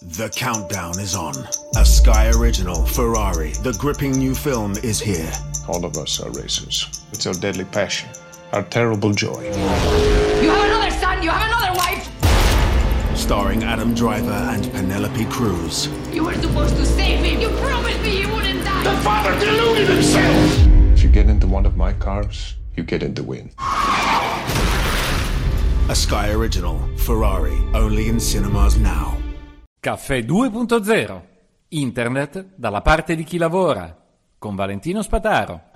The countdown is on. A Sky original, Ferrari, the gripping new film is here. All of us are racers. It's our deadly passion, our terrible joy. You have another son, you have another wife! Starring Adam Driver and Penelope Cruz. You were supposed to save him. You promised me he wouldn't die. The father deluded himself! If you get into one of my cars, you get in the win. A Sky original, Ferrari, only in cinemas now. Caffè 2.0. Internet dalla parte di chi lavora. Con Valentino Spataro.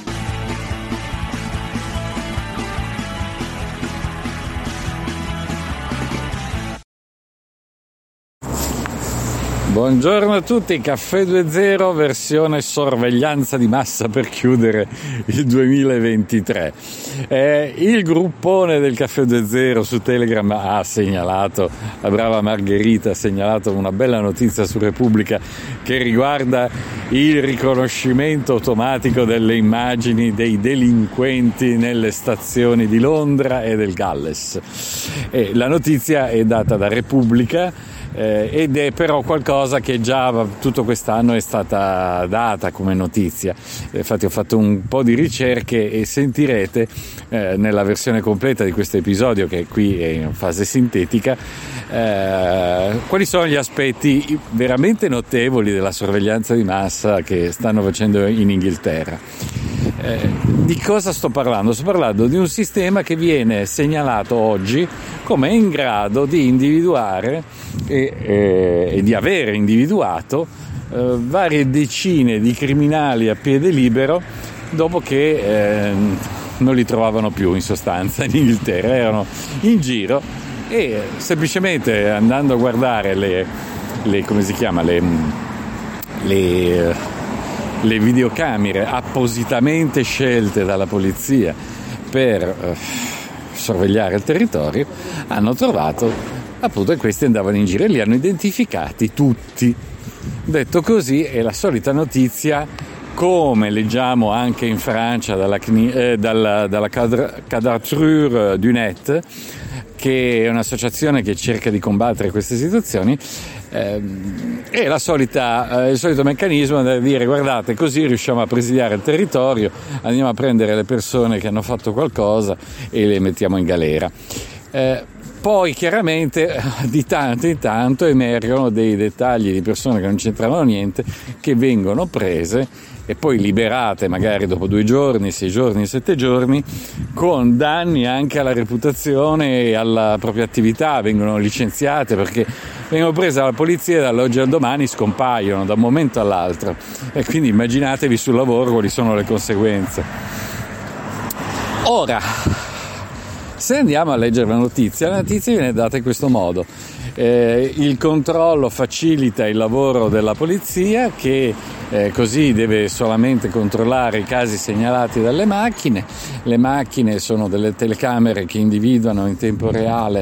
Buongiorno a tutti, Caffè 2.0 versione sorveglianza di massa per chiudere il 2023. Il gruppone del Caffè 2.0 su Telegram ha segnalato, la brava Margherita ha segnalato una bella notizia su Repubblica che riguarda il riconoscimento automatico delle immagini dei delinquenti nelle stazioni di Londra e del Galles. La notizia è data da Repubblica. Ed è però qualcosa che già tutto quest'anno è stata data come notizia. Infatti ho fatto un po' di ricerche e sentirete nella versione completa di questo episodio, che qui è in fase sintetica, quali sono gli aspetti veramente notevoli della sorveglianza di massa che stanno facendo in Inghilterra. Di cosa sto parlando? Sto parlando di un sistema che viene segnalato oggi come in grado di individuare e di avere individuato varie decine di criminali a piede libero dopo che non li trovavano più, in sostanza, in Inghilterra. Erano in giro e semplicemente andando a guardare le come si chiama, le videocamere appositamente scelte dalla polizia per sorvegliare il territorio, hanno trovato appunto che questi andavano in giro e li hanno identificati tutti. Detto così, è la solita notizia, come leggiamo anche in Francia dalla Quadrature du Net, che è un'associazione che cerca di combattere queste situazioni. È il solito meccanismo da dire: guardate, così riusciamo a presidiare il territorio, andiamo a prendere le persone che hanno fatto qualcosa e le mettiamo in galera. Poi chiaramente di tanto in tanto emergono dei dettagli di persone che non c'entravano niente, che vengono prese e poi liberate magari dopo 2 giorni, 6 giorni, 7 giorni, con danni anche alla reputazione e alla propria attività. Vengono licenziate perché vengono prese dalla polizia e dall'oggi al domani scompaiono da un momento all'altro, e quindi immaginatevi sul lavoro quali sono le conseguenze. Ora, se andiamo a leggere la notizia viene data in questo modo. Il controllo facilita il lavoro della polizia, che così deve solamente controllare i casi segnalati dalle macchine. Le macchine sono delle telecamere che individuano in tempo reale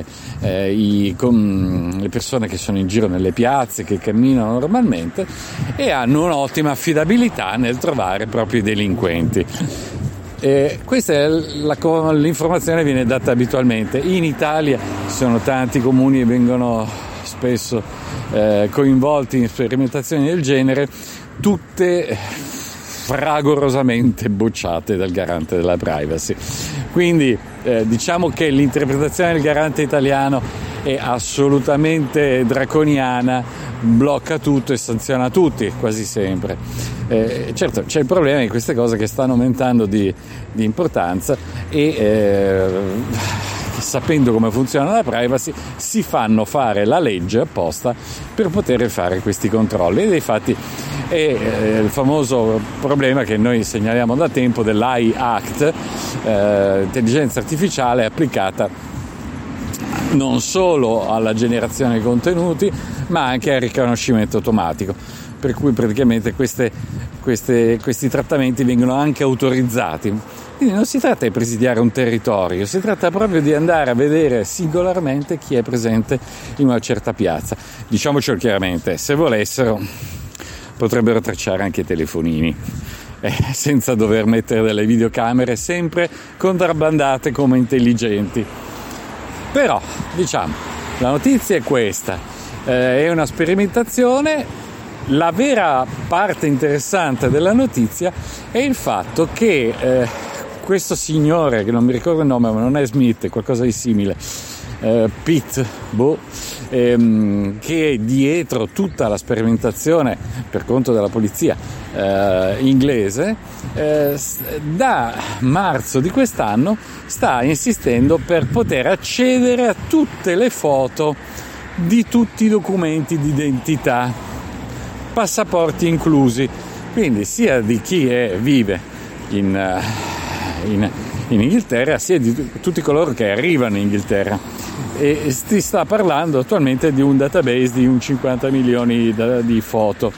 le persone che sono in giro nelle piazze, che camminano normalmente, e hanno un'ottima affidabilità nel trovare proprio i delinquenti. Questa è l'informazione viene data abitualmente. In Italia ci sono tanti comuni che vengono spesso coinvolti in sperimentazioni del genere, tutte fragorosamente bocciate dal garante della privacy. Quindi diciamo che l'interpretazione del garante italiano è assolutamente draconiana, blocca tutto e sanziona tutti quasi sempre. Certo, c'è il problema di queste cose che stanno aumentando di importanza e sapendo come funziona la privacy si fanno fare la legge apposta per poter fare questi controlli, ed infatti è il famoso problema che noi segnaliamo da tempo dell'AI Act, intelligenza artificiale applicata non solo alla generazione di contenuti ma anche al riconoscimento automatico, per cui praticamente questi trattamenti vengono anche autorizzati. Quindi non si tratta di presidiare un territorio, si tratta proprio di andare a vedere singolarmente chi è presente in una certa piazza. Diciamocelo chiaramente, se volessero potrebbero tracciare anche i telefonini, senza dover mettere delle videocamere sempre contrabbandate come intelligenti. Però, diciamo, la notizia è questa. È una sperimentazione. La vera parte interessante della notizia è il fatto che questo signore, che non mi ricordo il nome, ma non è Smith, è qualcosa di simile, Pete, che è dietro tutta la sperimentazione per conto della polizia inglese, da marzo di quest'anno sta insistendo per poter accedere a tutte le foto di tutti i documenti di identità, passaporti inclusi, quindi sia di chi vive in Inghilterra, sia di tutti coloro che arrivano in Inghilterra. E si sta parlando attualmente di un database di un 50 milioni di foto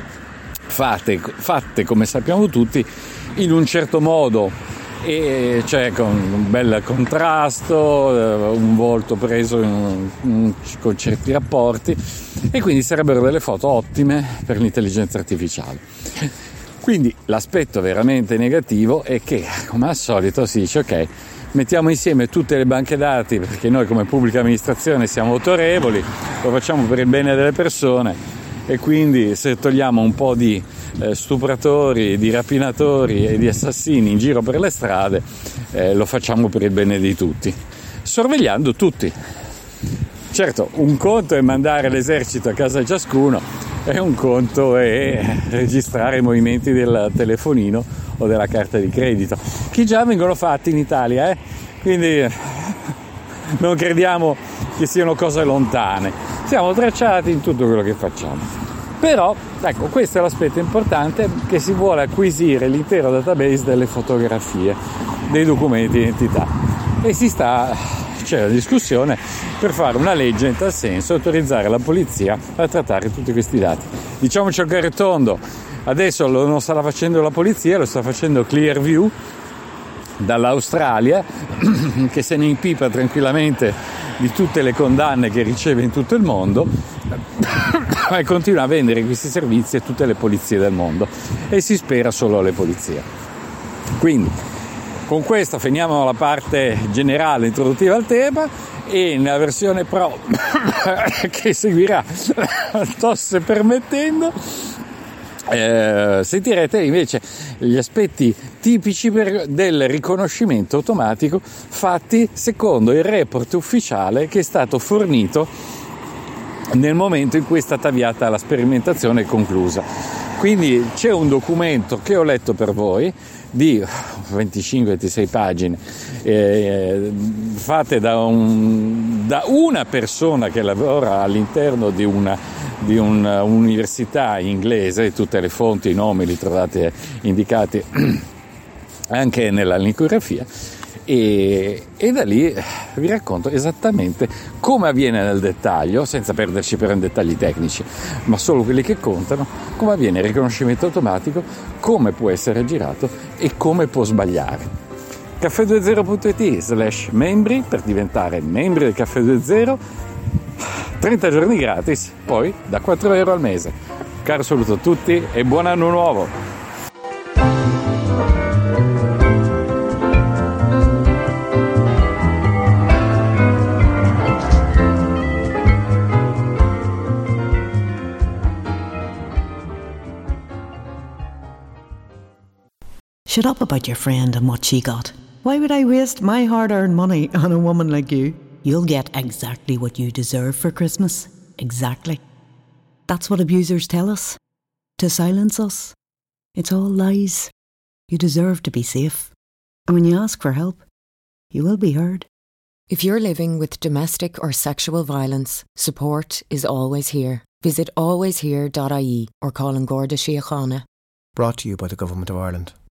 fatte, come sappiamo tutti, in un certo modo, e cioè con un bel contrasto, un volto preso con certi rapporti, e quindi sarebbero delle foto ottime per l'intelligenza artificiale. Quindi l'aspetto veramente negativo è che, come al solito, si dice ok, mettiamo insieme tutte le banche dati perché noi come pubblica amministrazione siamo autorevoli, lo facciamo per il bene delle persone, e quindi se togliamo un po' di stupratori, di rapinatori e di assassini in giro per le strade, lo facciamo per il bene di tutti, sorvegliando tutti. Certo, un conto è mandare l'esercito a casa di ciascuno, e un conto è registrare i movimenti del telefonino o della carta di credito, che già vengono fatti in Italia, quindi non crediamo che siano cose lontane, siamo tracciati in tutto quello che facciamo. Però ecco, questo è l'aspetto importante, che si vuole acquisire l'intero database delle fotografie, dei documenti di identità, e c'è la discussione per fare una legge in tal senso, autorizzare la polizia a trattare tutti questi dati. Diciamoci a cuore tondo, adesso non sta facendo la polizia, lo sta facendo Clearview dall'Australia, che se ne impipa tranquillamente di tutte le condanne che riceve in tutto il mondo e continua a vendere questi servizi a tutte le polizie del mondo, e si spera solo alle polizie. Quindi con questo finiamo la parte generale introduttiva al tema, e nella versione pro che seguirà, tosse permettendo, sentirete invece gli aspetti tipici del riconoscimento automatico fatti secondo il report ufficiale che è stato fornito nel momento in cui è stata avviata la sperimentazione conclusa. Quindi c'è un documento che ho letto per voi di 25-26 pagine, fatte da una persona che lavora all'interno di un'università inglese. Tutte le fonti, i nomi li trovate indicati anche nella linkografia, e da lì vi racconto esattamente come avviene nel dettaglio, senza perderci però in dettagli tecnici, ma solo quelli che contano, come avviene il riconoscimento automatico, come può essere girato e come può sbagliare. caffè20.it/membri per diventare membri del Caffè 2.0, 30 giorni gratis, poi da 4 euro al mese. Caro saluto a tutti e buon anno nuovo! Shut up about your friend and what she got. Why would I waste my hard-earned money on a woman like you? You'll get exactly what you deserve for Christmas. Exactly. That's what abusers tell us. To silence us. It's all lies. You deserve to be safe. And when you ask for help, you will be heard. If you're living with domestic or sexual violence, support is always here. Visit alwayshere.ie or call an Garda Síochána. Brought to you by the Government of Ireland.